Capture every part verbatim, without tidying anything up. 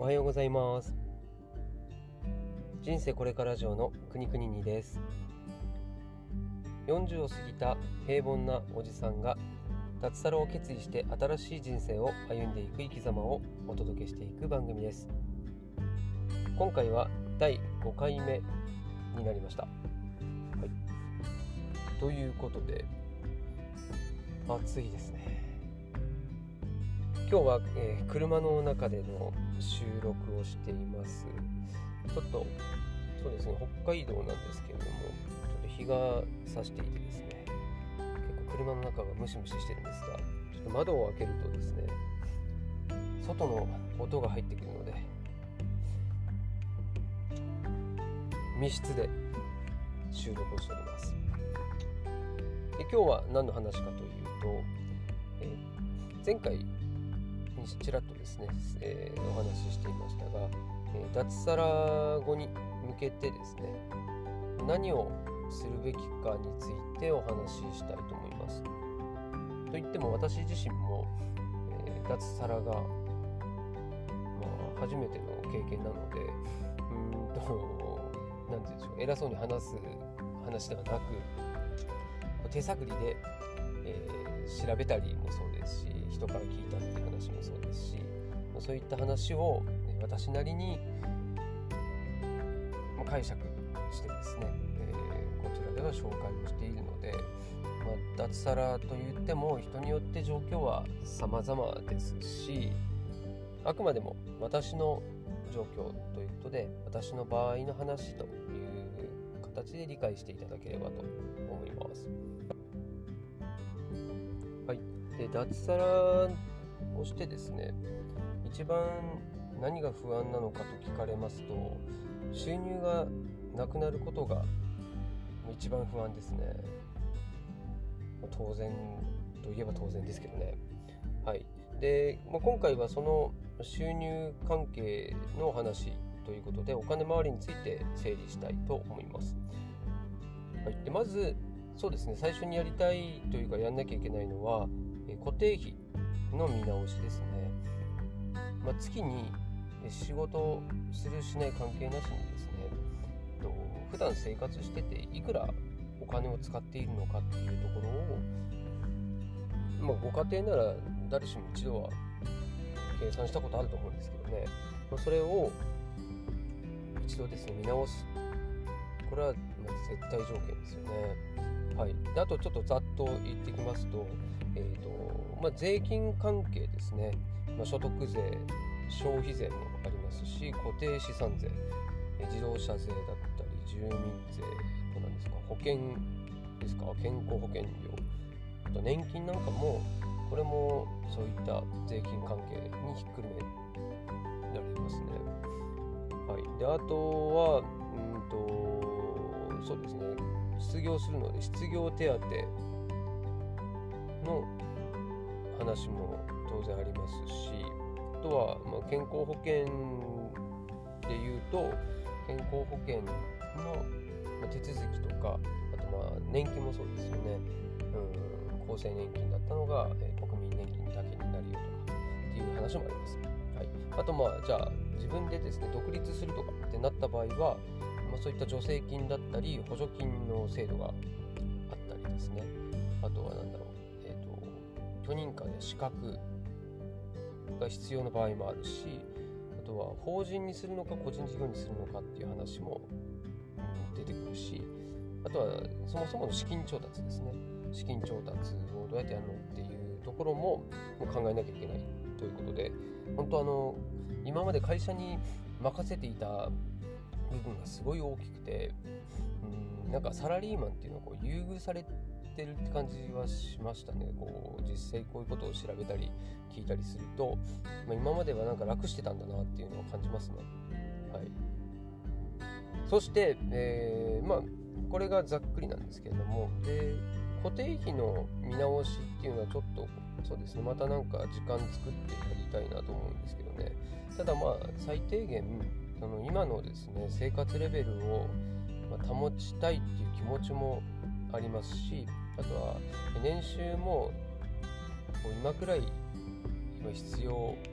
はようございます。人生これから上のくにくににです。よんじゅうを過ぎた平凡なおじさんが脱サラを決意して新しい人生を歩んでいく生き様をお届けしていく番組です。今回はだいごかいめになりました。はい、ということで暑いですね。今日は、えー、車の中での収録をしています。ちょっとそうですね、北海道なんですけれども、ちょっと日が差していてですね、結構車の中がムシムシしてるんですが、ちょっと窓を開けるとですね、外の音が入ってくるので、密室で収録をしております。で、今日は何の話かというと、えー、前回にちらっとですね、えー、お話ししていましたが、えー、脱サラ後に向けてですね、何をするべきかについてお話ししたいと思います。といっても私自身も、えー、脱サラが、まあ、初めての経験なので、うーんとなんていうんでしょう、偉そうに話す話ではなく、手探りで、えー、調べたりもそうですし、人から聞いたっていう話もそうですし、そういった話を私なりに解釈してですね、えー、こちらでは紹介をしているので、まあ、脱サラといっても人によって状況は様々ですし、あくまでも私の状況ということで、私の場合の話という形で理解していただければと思います。はい。で、脱サラをしてですね、一番何が不安なのかと聞かれますと、収入がなくなることが一番不安ですね。当然といえば当然ですけどね。はい。で、まあ、今回はその収入関係の話ということで、お金回りについて整理したいと思います。はい。で、まずそうですね、最初にやりたいというかやんなきゃいけないのは、え固定費の見直しですね。まあ、月に仕事するしない関係なしにですね、普段生活してていくらお金を使っているのかっていうところを、まあ、ご家庭なら誰しも一度は計算したことあると思うんですけどね、まあ、それを一度ですね見直す、これは絶対条件ですよね。はい。で、あとちょっとざっと言ってきますと、えーとまあ、税金関係ですね、まあ、所得税、消費税もありますし、固定資産税、自動車税だったり、住民税となんですか、保険ですか、健康保険料、あと年金なんかも、これもそういった税金関係にひっくるめられますね。はい。で、あとはうんとそうですね、失業するので失業手当の話も当然ありますし、あとは、まあ、健康保険でいうと、健康保険の手続きとか、あとまあ年金もそうですよね。うん、厚生年金だったのが、えー、国民年金だけになるよとかっていう話もあります。はい。あとまあじゃあ自分でですね独立するとかってなった場合は、まあ、そういった助成金だったり補助金の制度があったりですね。あとはなんだろう、えっと許認可で資格が必要な場合もあるし、あとは法人にするのか個人事業にするのかっていう話も、うん、出てくるし、あとはそもそもの資金調達ですね。資金調達をどうやってやるのっていうところも考えなきゃいけないということで、本当あの今まで会社に任せていた部分がすごい大きくて、うん、なんかサラリーマンっていうのはこう優遇されてるって感じはしましたね。こう実際こういうことを調べたり聞いたりすると、まあ、今まではなんか楽してたんだなっていうのを感じますね。はい。そして、えー、まあこれがざっくりなんですけれども、で固定費の見直しっていうのはちょっとそうですね、またなんか時間作ってやりたいなと思うんですけどね。ただまあ最低限その今のですね生活レベルを保ちたいっていう気持ちもありますし、あとは年収も今くらい必要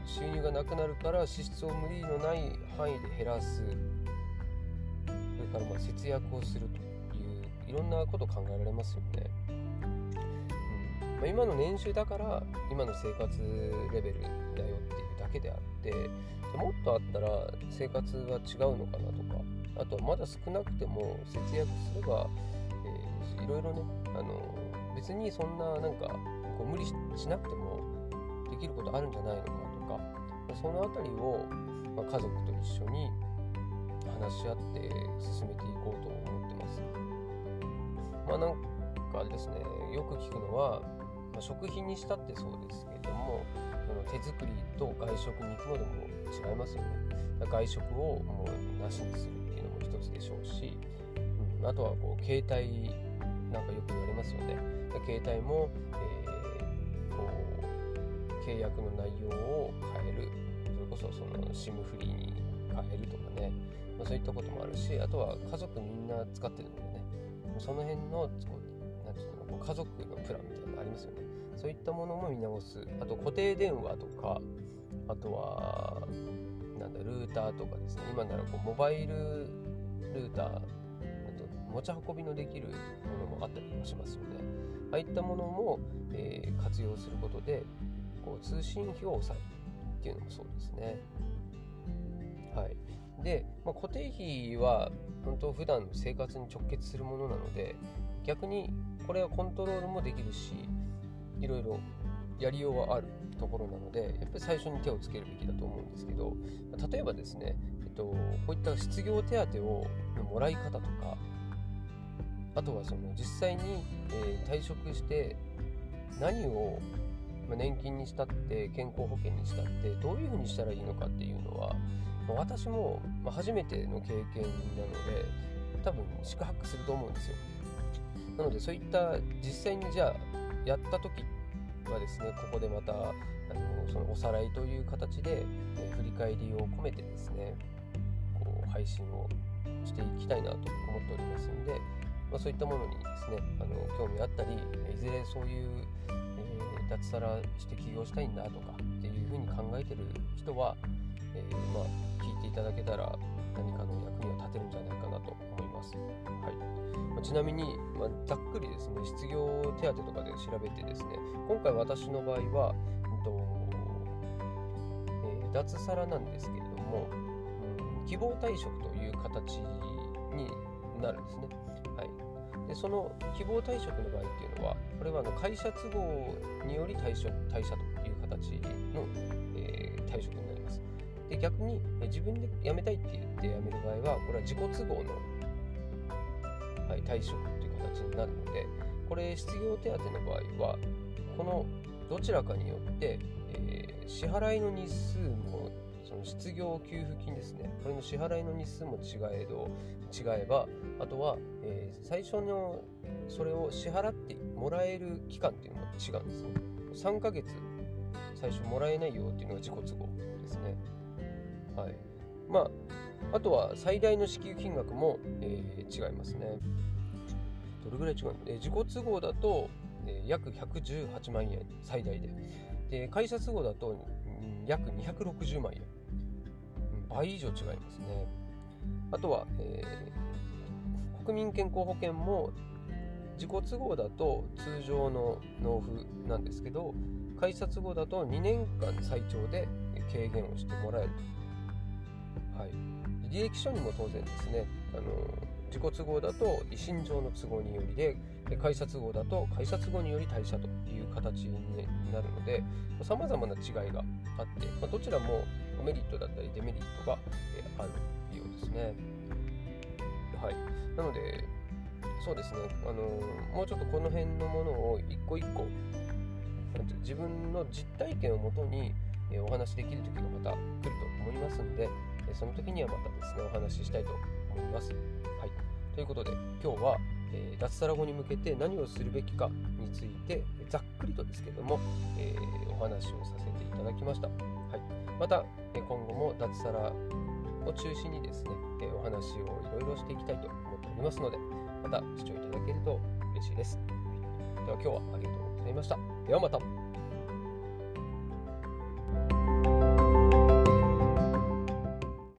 収入がなくなるから支出を無理のない範囲で減らす、それからまあ節約をするといういろんなこと考えられますよね。うんまあ、今の年収だから今の生活レベルだよっていうだけであって、もっとあったら生活は違うのかなとか、あとはまだ少なくても節約すれば、えー、いろいろね、あの別にそんななんかこう無理 し, しなくてもできることあるんじゃないのかとか、そのあたりを、まあ、家族と一緒に話し合って進めていこうと思ってます。まあなんかですね、よく聞くのは、まあ、食費にしたってそうですけれども、その手作りと外食に行くのでも違いますよね。外食をもうなしにするっていうのも一つでしょうし、うん、あとはこう携帯なんかよく言われますよね。携帯も、えー、こう契約の内容を変える、それこそその シム フリーに変えるとかね、まあ、そういったこともあるし、あとは家族みんな使ってるのでね、その辺のこうなんていうの、こう家族のプランみたいなのありますよね。そういったものも見直す。あと固定電話とか、あとはなんだルーターとかですね。今ならこうモバイルルーター、あと持ち運びのできるものもあったりもしますよね。ああいったものも、えー、活用することでこう通信費を抑えるっていうのもそうですね。はい。で、まあ、固定費は本当普段の生活に直結するものなので、逆にこれはコントロールもできるし、いろいろやりようはあるところなので、やっぱり最初に手をつけるべきだと思うんですけど、例えばですね、えっと、こういった失業手当をもらい方とか、あとはその実際に、えー、退職して何を、まあ、年金にしたって健康保険にしたってどういうふうにしたらいいのかっていうのは、まあ、私も、まあ、初めての経験なので多分四苦八苦すると思うんですよ。なのでそういった実際にじゃあやった時はですね、ここでまたあのそのおさらいという形で、えー、振り返りを込めてですね、こう配信をしていきたいなと思っておりますので、まあ、そういったものにですね、あの興味あったり、いずれそういう、えー、脱サラして起業したいんだとかっていうふうに考えてる人は、えーまあ、聞いていただけたら何かの役には立てるんじゃないかなと思います。はいまあ、ちなみに、まあ、ざっくりですね、失業手当とかで調べてですね、今回私の場合は、うんとえー、脱サラなんですけれども、うん、希望退職という形になるんですね。はい、でその希望退職の場合っていうのは、これはあの会社都合により退社退社という形の、えー、退職になります。で逆に自分で辞めたいって言って辞める場合は、これは自己都合の、はい、退職という形になるので、これ失業手当の場合はこのどちらかによって、えー、支払いの日数もその失業給付金ですね、これの支払いの日数も違えど違えば、あとは、えー、最初のそれを支払ってもらえる期間っていうのも違うんですね。さんかげつ最初もらえないよっていうのが自己都合ですね。はい。まああとは最大の支給金額も、えー、違いますね。どれぐらい違うの？えー、自己都合だと、えー、約ひゃくじゅうはちまんえん最大で、で会社都合だと、うん、約にひゃくろくじゅうまんえん、うん、倍以上違いますね。あとは、えー、国民健康保険も自己都合だと通常の納付なんですけど、会社都合だとにねんかん最長で軽減をしてもらえると。はい、履歴書にも当然ですね、あの自己都合だと一身上の都合によりで、会社都合だと会社都合により退社という形になるので、様々な違いがあって、まあ、どちらもメリットだったりデメリットがあるようですね。はい、なのでそうですね、あのもうちょっとこの辺のものを一個一個自分の実体験をもとにお話しできる時がまた来ると思いますので、その時にはまたですねお話ししたいと思います。はい、ということで今日は、えー、脱サラ後に向けて何をするべきかについてざっくりとですけども、えー、お話をさせていただきました。はい、また今後も脱サラを中心にですね、えー、お話をいろいろしていきたいと思っておりますので、また視聴いただけると嬉しいです。はい、では今日はありがとうございました。ではまた。